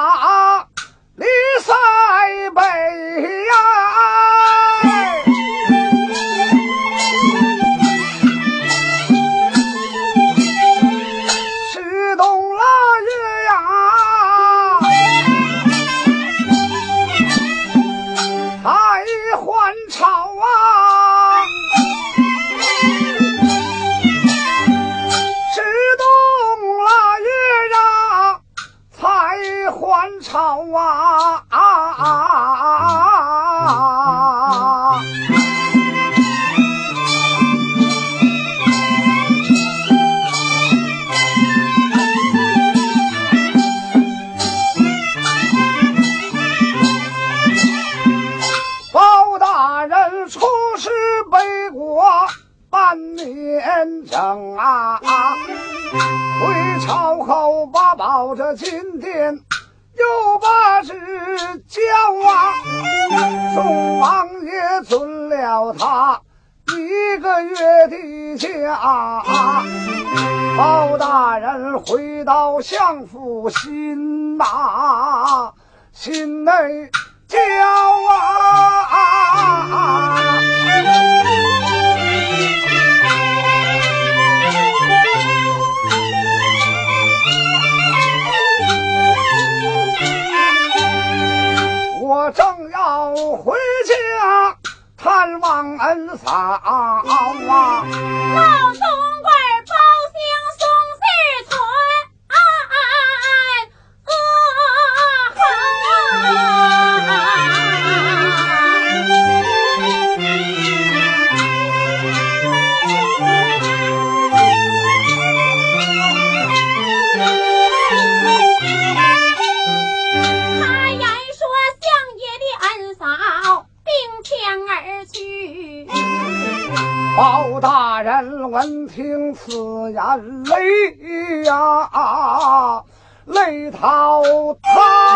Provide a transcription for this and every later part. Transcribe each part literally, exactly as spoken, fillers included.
马离塞北呀，是冬腊月呀，才还朝啊，是冬腊月呀，才还朝啊啊啊啊！包大人出使北国半年整啊，回朝后把保着金殿，又把旨交啊，宋王爷准了他一个月的假，包大人回到相府心呐，心内叫啊，我正要回家探望恩嫂啊， 老总官报信送事传包大人闻听此言，泪呀泪滔滔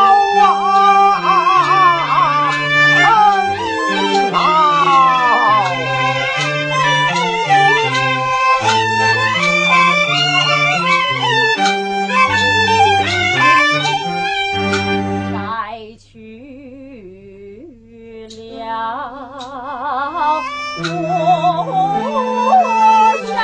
啊！恩嫂， 摘去了我上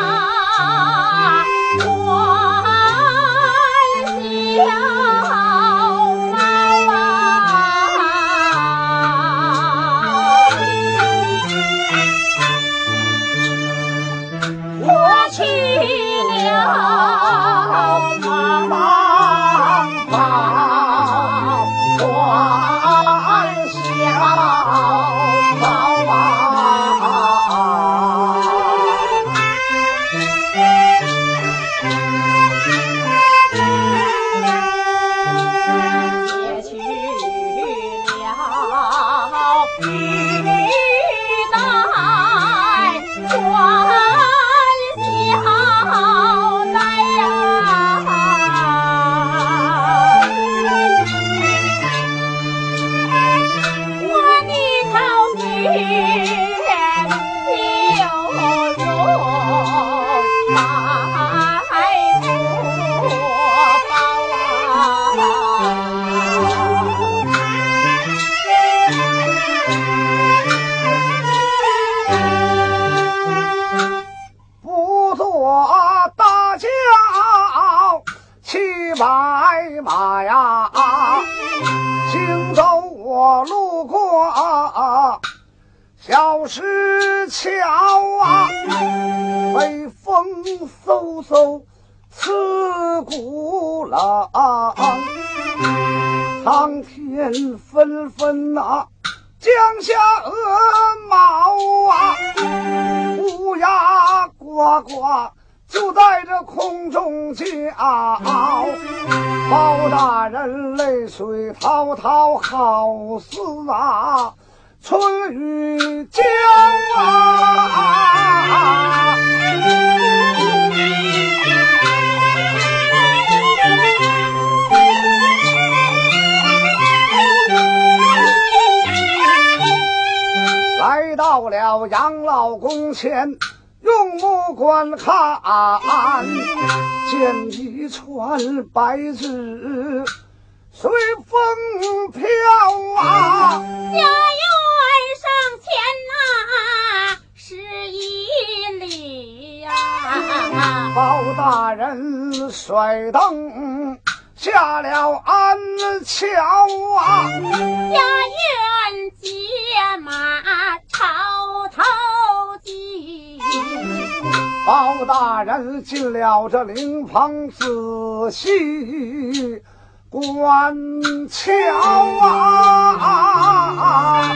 白马呀，行走我路过小石桥啊，北风嗖嗖刺骨冷，苍天纷纷啊降下鹅毛啊，乌鸦呱呱就在这空中叫，包大人泪水滔滔，好似啊春雨江啊。来到了养老宫前，用目观看，见一串白纸随风飘啊， 家园上前呐、是一里呀、 包大人甩灯下了安桥啊， 家园解马朝头进， 包大人进了这灵棚，仔细观瞧啊，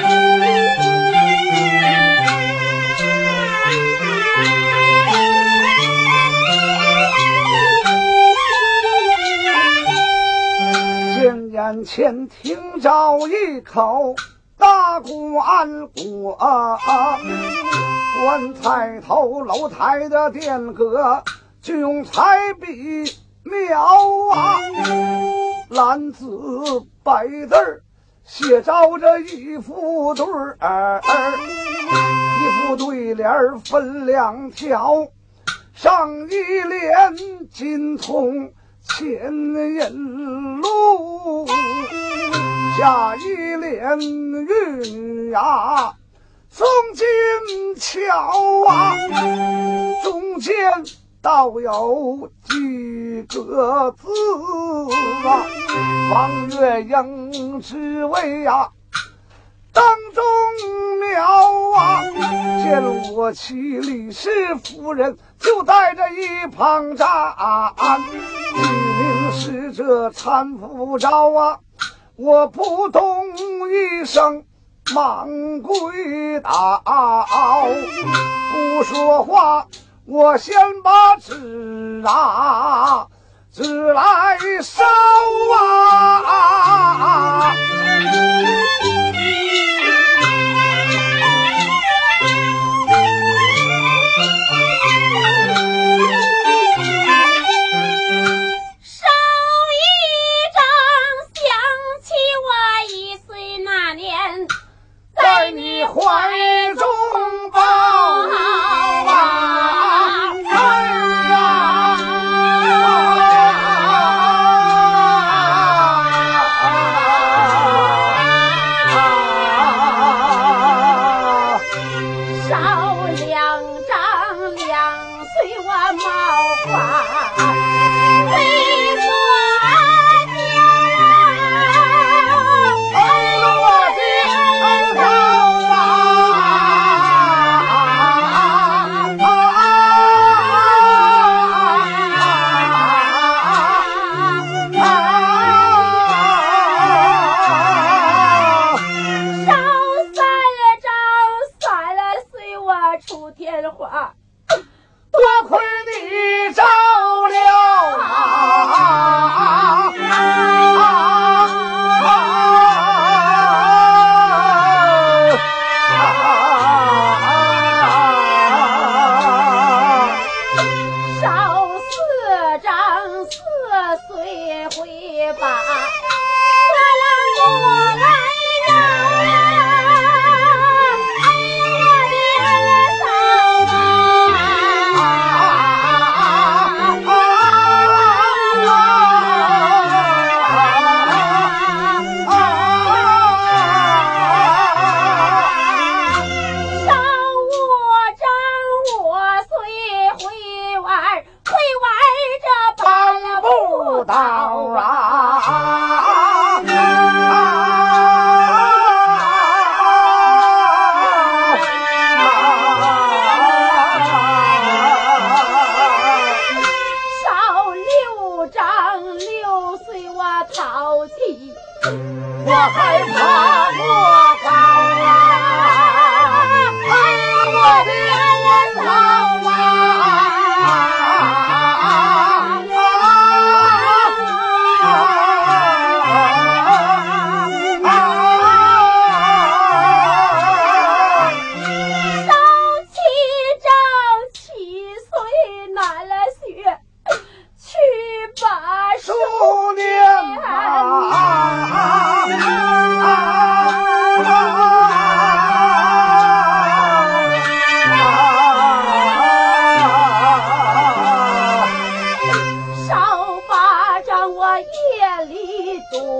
见眼前听着一口大棺椁啊，棺材头楼台的殿阁就用彩笔描啊，蓝字白字儿写着这一副对儿，一副对联儿分两条，上一联金通前引路，下一联韵呀送金桥啊，中间倒有几个字啊，王月英之位呀当中描啊，见我妻李氏夫人就带着一旁站，记名是这搀扶着啊，我扑通一声忙跪倒，不说话，我先把纸啊纸来烧啊， 烧一张想起我一岁那年在你怀中抱啊，哎呀， 烧两张两岁我冒花为我哎呦我的头烧散了招散了随我出天花， 多亏你照料啊， 烧四张四岁回把我让我来道啊， 烧六张六岁我淘气， 我害怕我高啊，哎呀我的人头啊。数年啊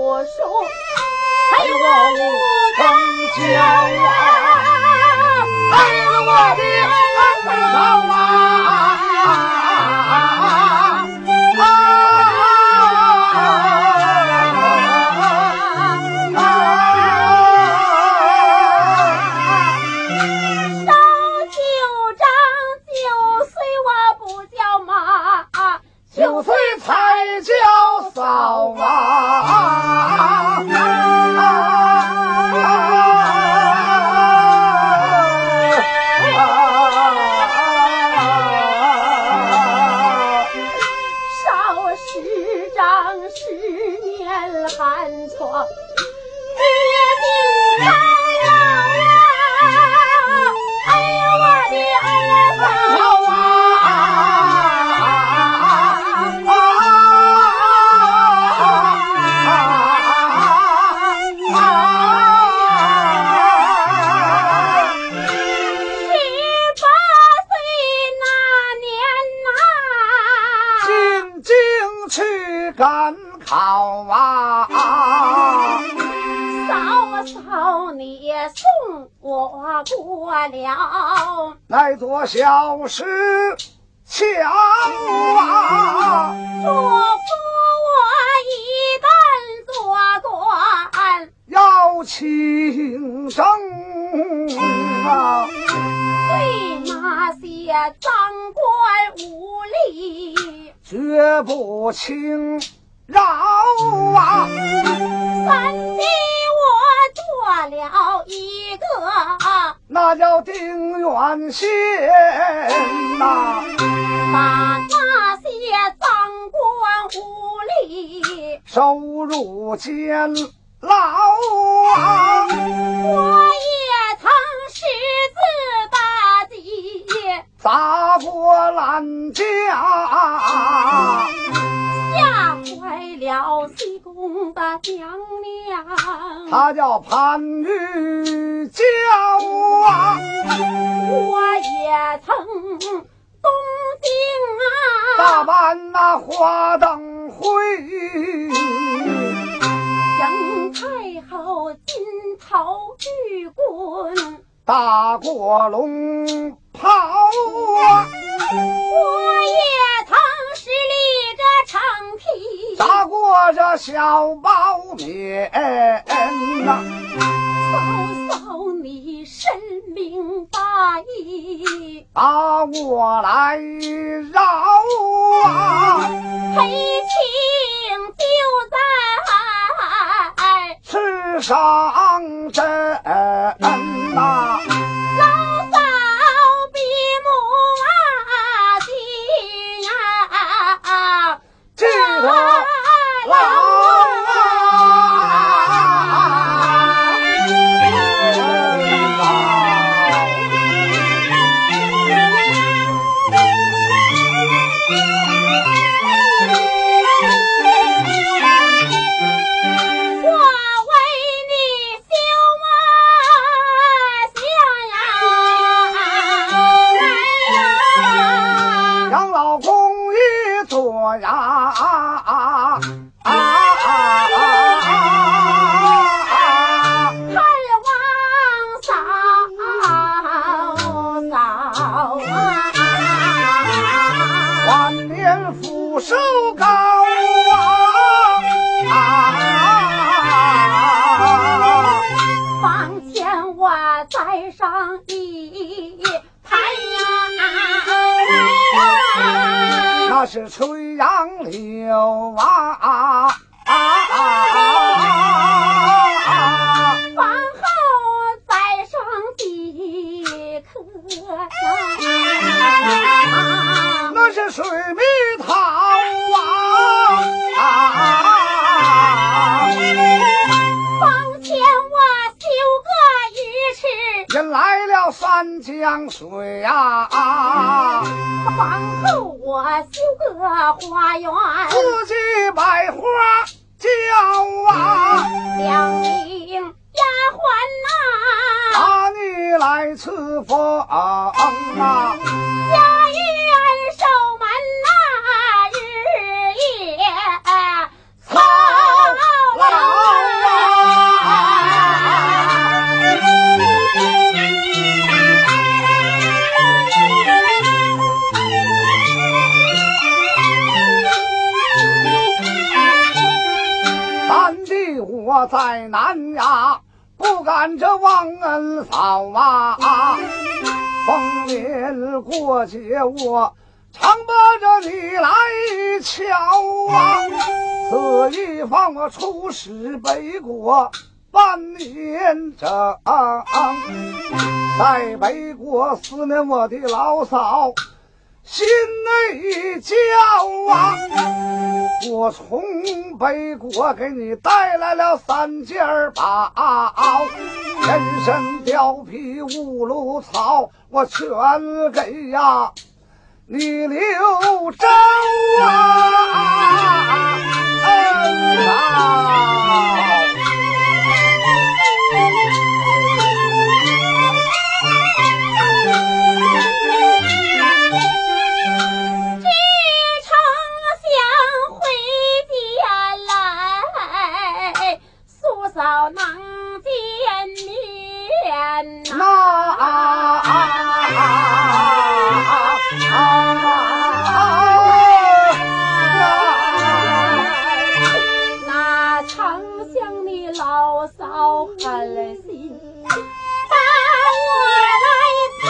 书， 陪我无从教啊，陪我的老啊啊！九岁才叫嫂啊！ 少十长十年寒窗，月定长老啊！哎呀，我的儿子！ 赶考啊！ 嫂嫂，你送我过了那座小石桥啊， 祝福我一旦做官， 要清正啊， 对那些赃官污吏绝不轻饶啊！ 三弟，我做了一个那叫丁元宪呐， 把那些赃官污吏收入监牢啊！ 我也曾识字打击， 砸过烂架， 吓坏了西宫的娘娘。 他叫潘玉娇啊， 我也曾东京啊， 大办那花灯会， 杨太后金头玉棍打过龙袍啊， 我也曾实力这长皮， 砸过这小包面呐， 嫂嫂你深明大义， 把我来饶啊， 赔情就在世上真呐。 老嫂比母啊亲啊， 记得老啊！ 我为你修啊修呀， 养老公一座呀， 盼望嫂嫂啊， 万年福寿高啊！ 房前我栽上一盘呀， 那是垂杨柳啊！ 房后栽上几棵呀， 那是水蜜桃啊！ 房前我修个鱼池， 引来了三江水啊！ 房后我修个花园， 四季百花娇啊！ 两名丫鬟呐， 把你来赐风啊！ 家园守门呐，日夜操劳。 我在南呀，不敢这忘恩嫂啊！逢年过节我常把着你来瞧啊！此一方我出使北国半年整，在北国思念我的老嫂心内焦啊！我从北国给你带来了三件宝，人参貂皮五芦草，我全给呀你留着啊！恩嫂。 嫂能见面呐、啊啊啊啊啊、那常想你老嫂狠心把我来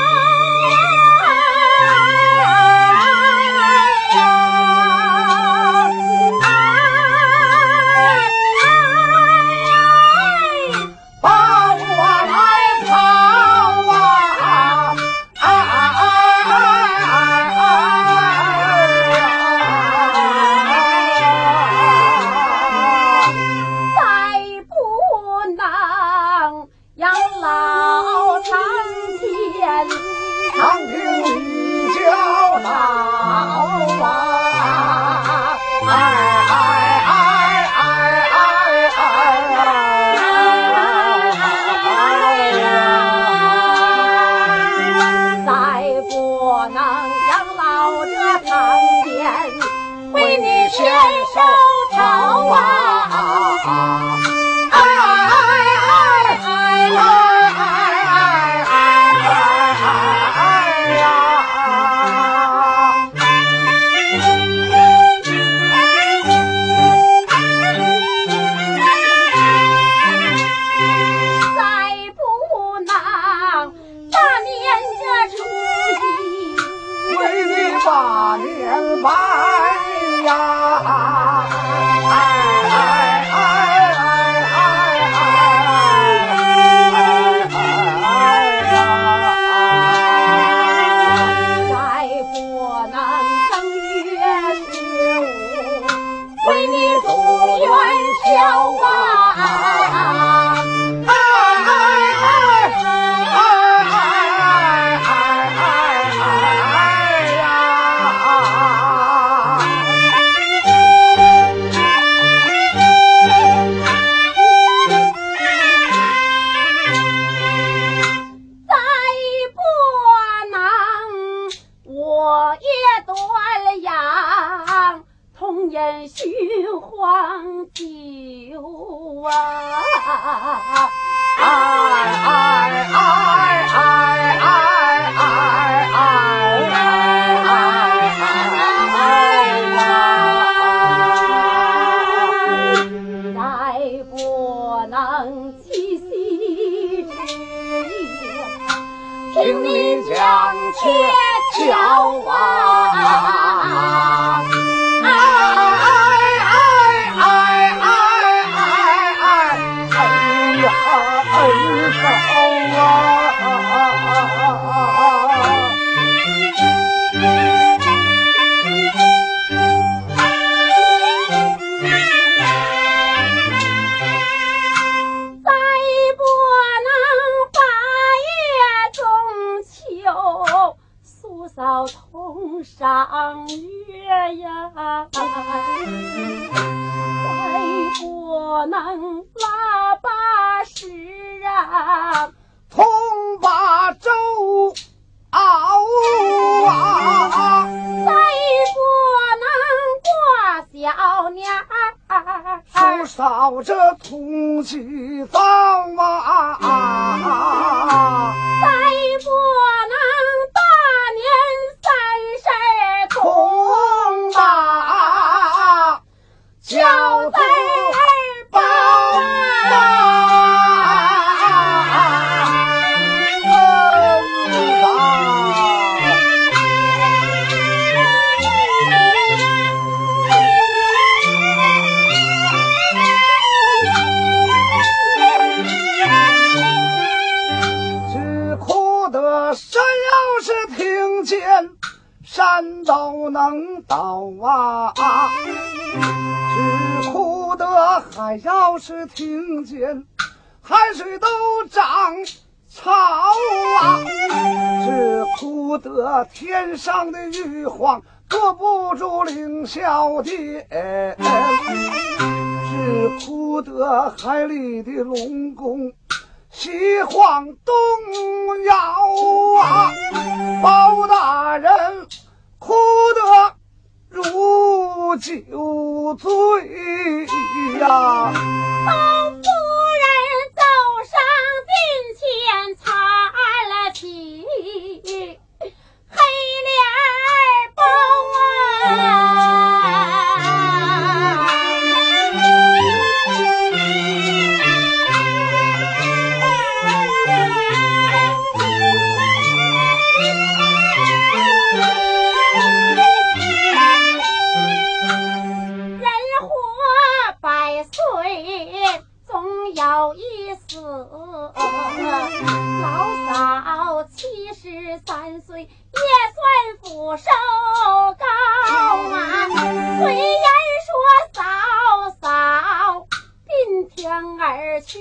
扫这通缉脏啊， 再不能大年三十通把交代儿包。 都能到啊，只哭得还要是听见海水都涨潮啊，只哭得天上的玉皇躲不住凌霄殿，只哭得海里的龙宫西晃东摇啊，包大人哭得如酒醉呀。 包夫人走上近前擦了起黑脸包啊，有一死，老嫂七十三岁也算福寿高啊。虽然说嫂嫂并天而去，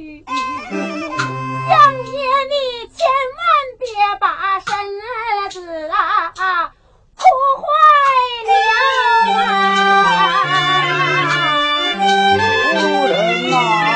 相爷你千万别把身子啊哭坏了啊。 夫人啊，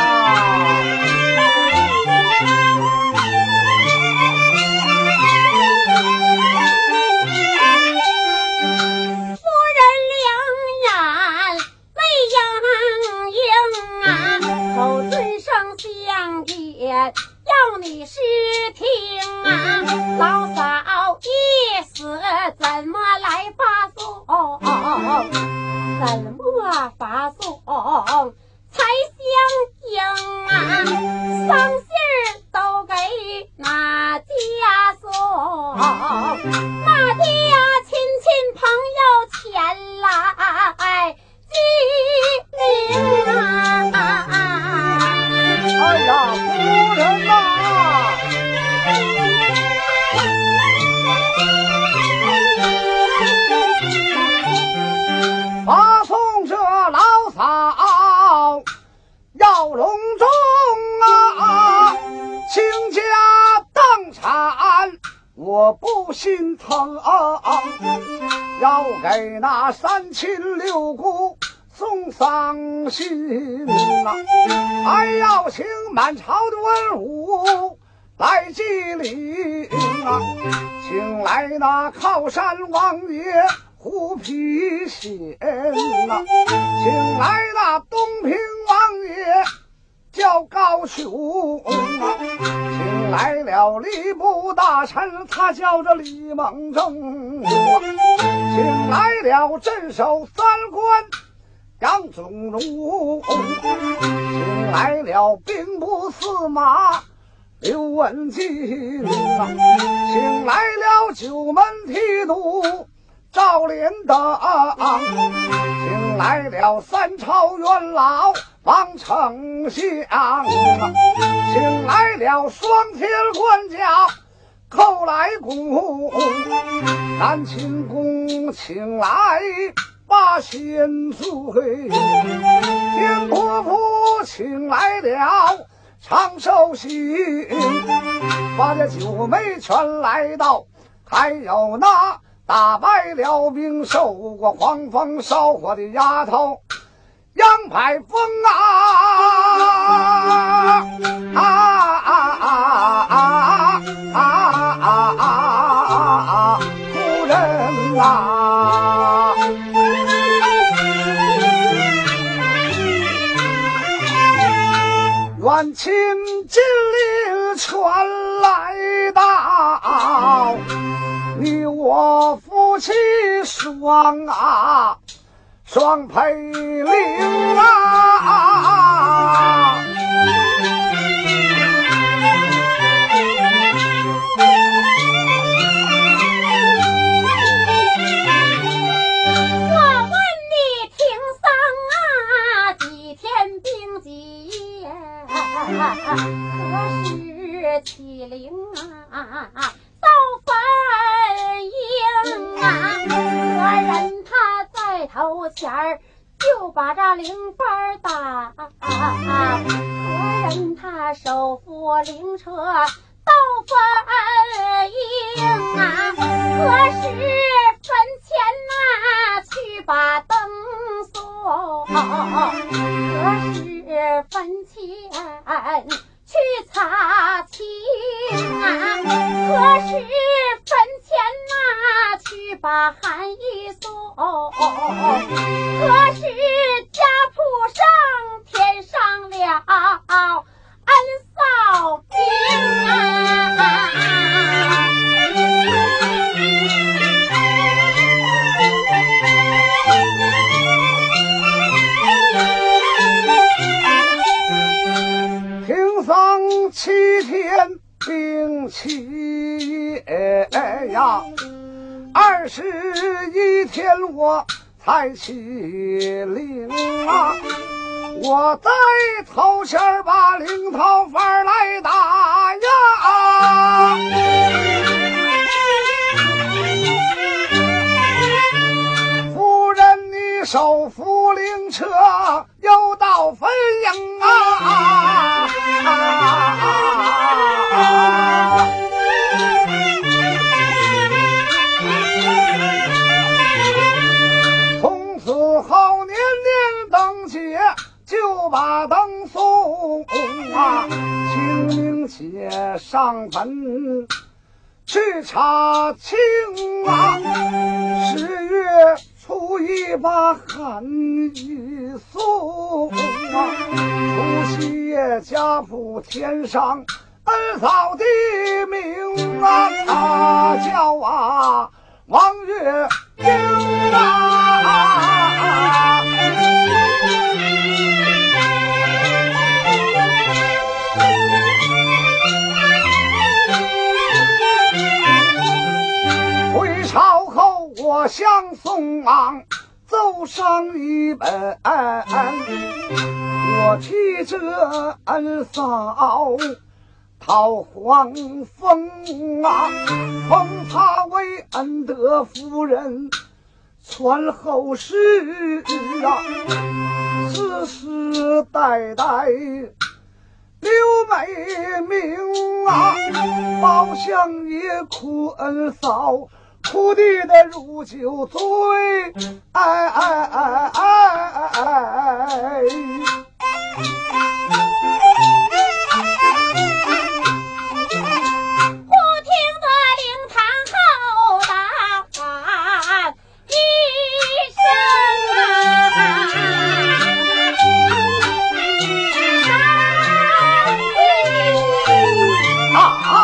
要你是听啊，老嫂一死怎么来发送？怎么发送才相应啊？丧信都给哪家送？哪家亲戚朋友前来记名啊？ 哎呀，夫人呐、发送这老嫂要隆重啊，倾家荡产我不心疼啊，要给那三亲六故送丧信呐、啊，还要请满朝的文武来祭礼啊，请来那靠山王爷胡皮仙呐、啊，请来那东平王爷叫高俅啊，请来了礼部大臣，他叫着李蒙正啊，请来了镇守三关杨宗儒，请来了兵部司马刘文静啊，请来了九门提督赵连德，请来了三朝元老王丞相啊，请来了双天官家寇来公，南清宫请来八仙醉，天婆婆请来了长寿星，把这九妹全来到，还有那打败了兵受过黄风烧火的丫头杨排风啊啊啊啊啊啊啊啊！夫人啊，远亲近邻全来到，你我夫妻双啊双配灵啊， 我问你停丧啊几天病几夜，何时起灵啊到坟茔啊？ 人他在头前儿就把这零分打，何人他手扶灵车到坟茔啊，可是坟前呐去把灯锁，可是坟前去擦青啊，可是坟前呐去把寒衣送，可是家谱上添上了恩扫兵啊， 停丧七天并七呀，二十一天我才起灵啊，我在头前把领头法来打呀，夫人你手扶灵车又到坟茔啊，从此后年年灯节就把灯送啊，清明节上坟去查清啊，十月初一把寒衣送啊，除夕夜家谱添上恩扫的名啊，他叫啊王月英啊，回朝后我向宋王奏上一本，我替这恩扫讨黄蜂啊，封他为恩德夫人传后世啊，世世代代留美名啊，包相爷哭恩扫哭地的如酒醉，哎哎哎哎哎， 忽听得灵堂后打一声啊！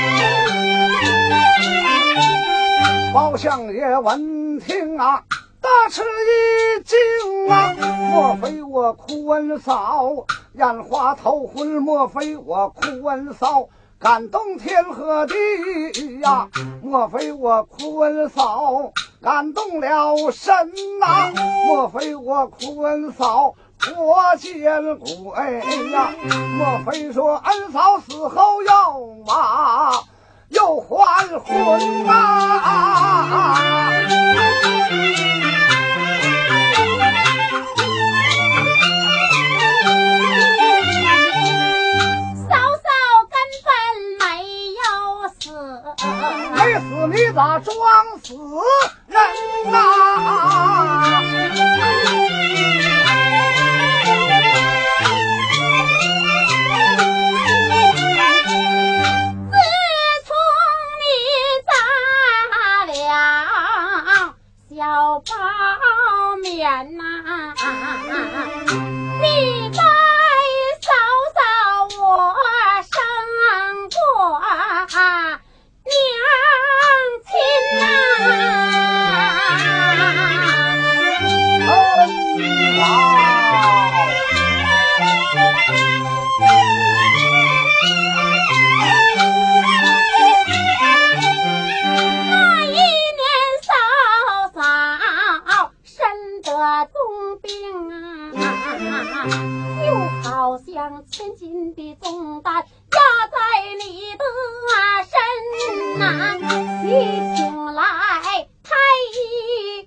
包相爷闻听啊，大吃一惊啊！莫非我哭恩扫眼花头昏？莫非我哭恩扫感动天和地呀？莫非我哭恩扫感动了神呐？莫非我哭恩扫佛见鬼呀？莫非说恩扫死后要啊又还魂啊！ 嫂嫂根本没有死， 没死你咋装死人啊？ 小包面呐、啊，你在嫂嫂我生过娘亲呐、 恩嫂。 重病啊，就好像千斤的重担压在你的身呐、你请来太医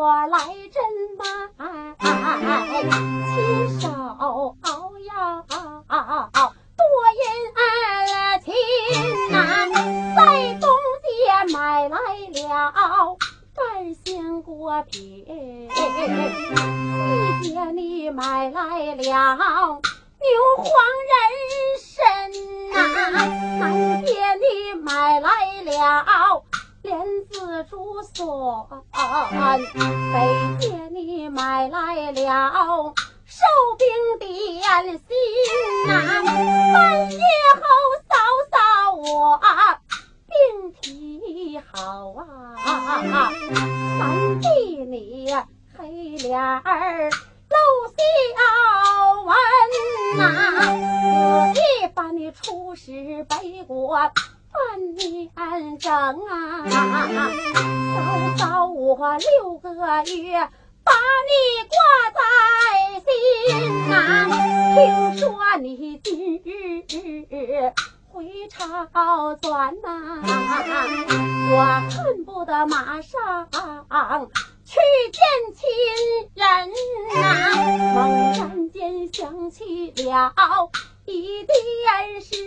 我来真买，亲手熬药多殷勤呐，在东街买来了半仙果品，西街你买来了牛黄人参呐，南街你买来了莲子竹笋，北街你买来了寿饼点心呐，半夜后嫂嫂我病体好啊，三弟你黑脸儿露笑纹呐，此地把你出使北国半年整啊，嫂嫂我六个月把你挂在心啊，听说你今日回朝转呐，我恨不得马上去见亲人呐，猛然间想起了一件事，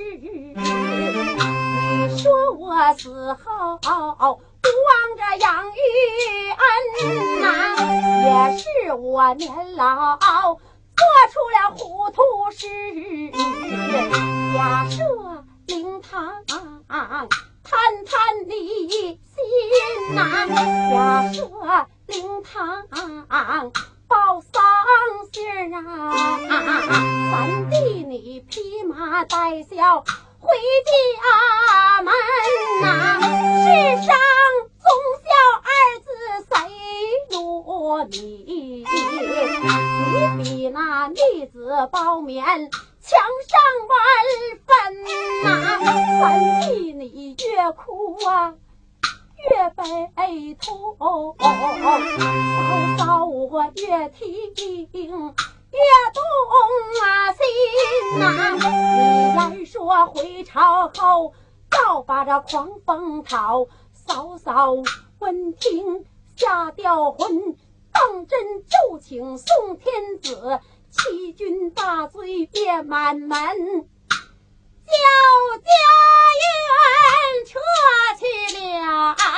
你说我死后不忘着养育恩呐，也是我年老做出了糊涂事，假设灵堂探探你心呐，假设灵堂报丧信啊，三弟你披麻戴孝回家门呐，世上忠孝二字谁如你？你比那女子包棉强上万分呐，三弟你越哭啊越悲痛，嫂嫂我越听越动啊心呐，你来说回朝后要把这狂风讨，嫂嫂闻听下吊魂，当真就请宋天子欺君大罪别满门，叫家园撤去了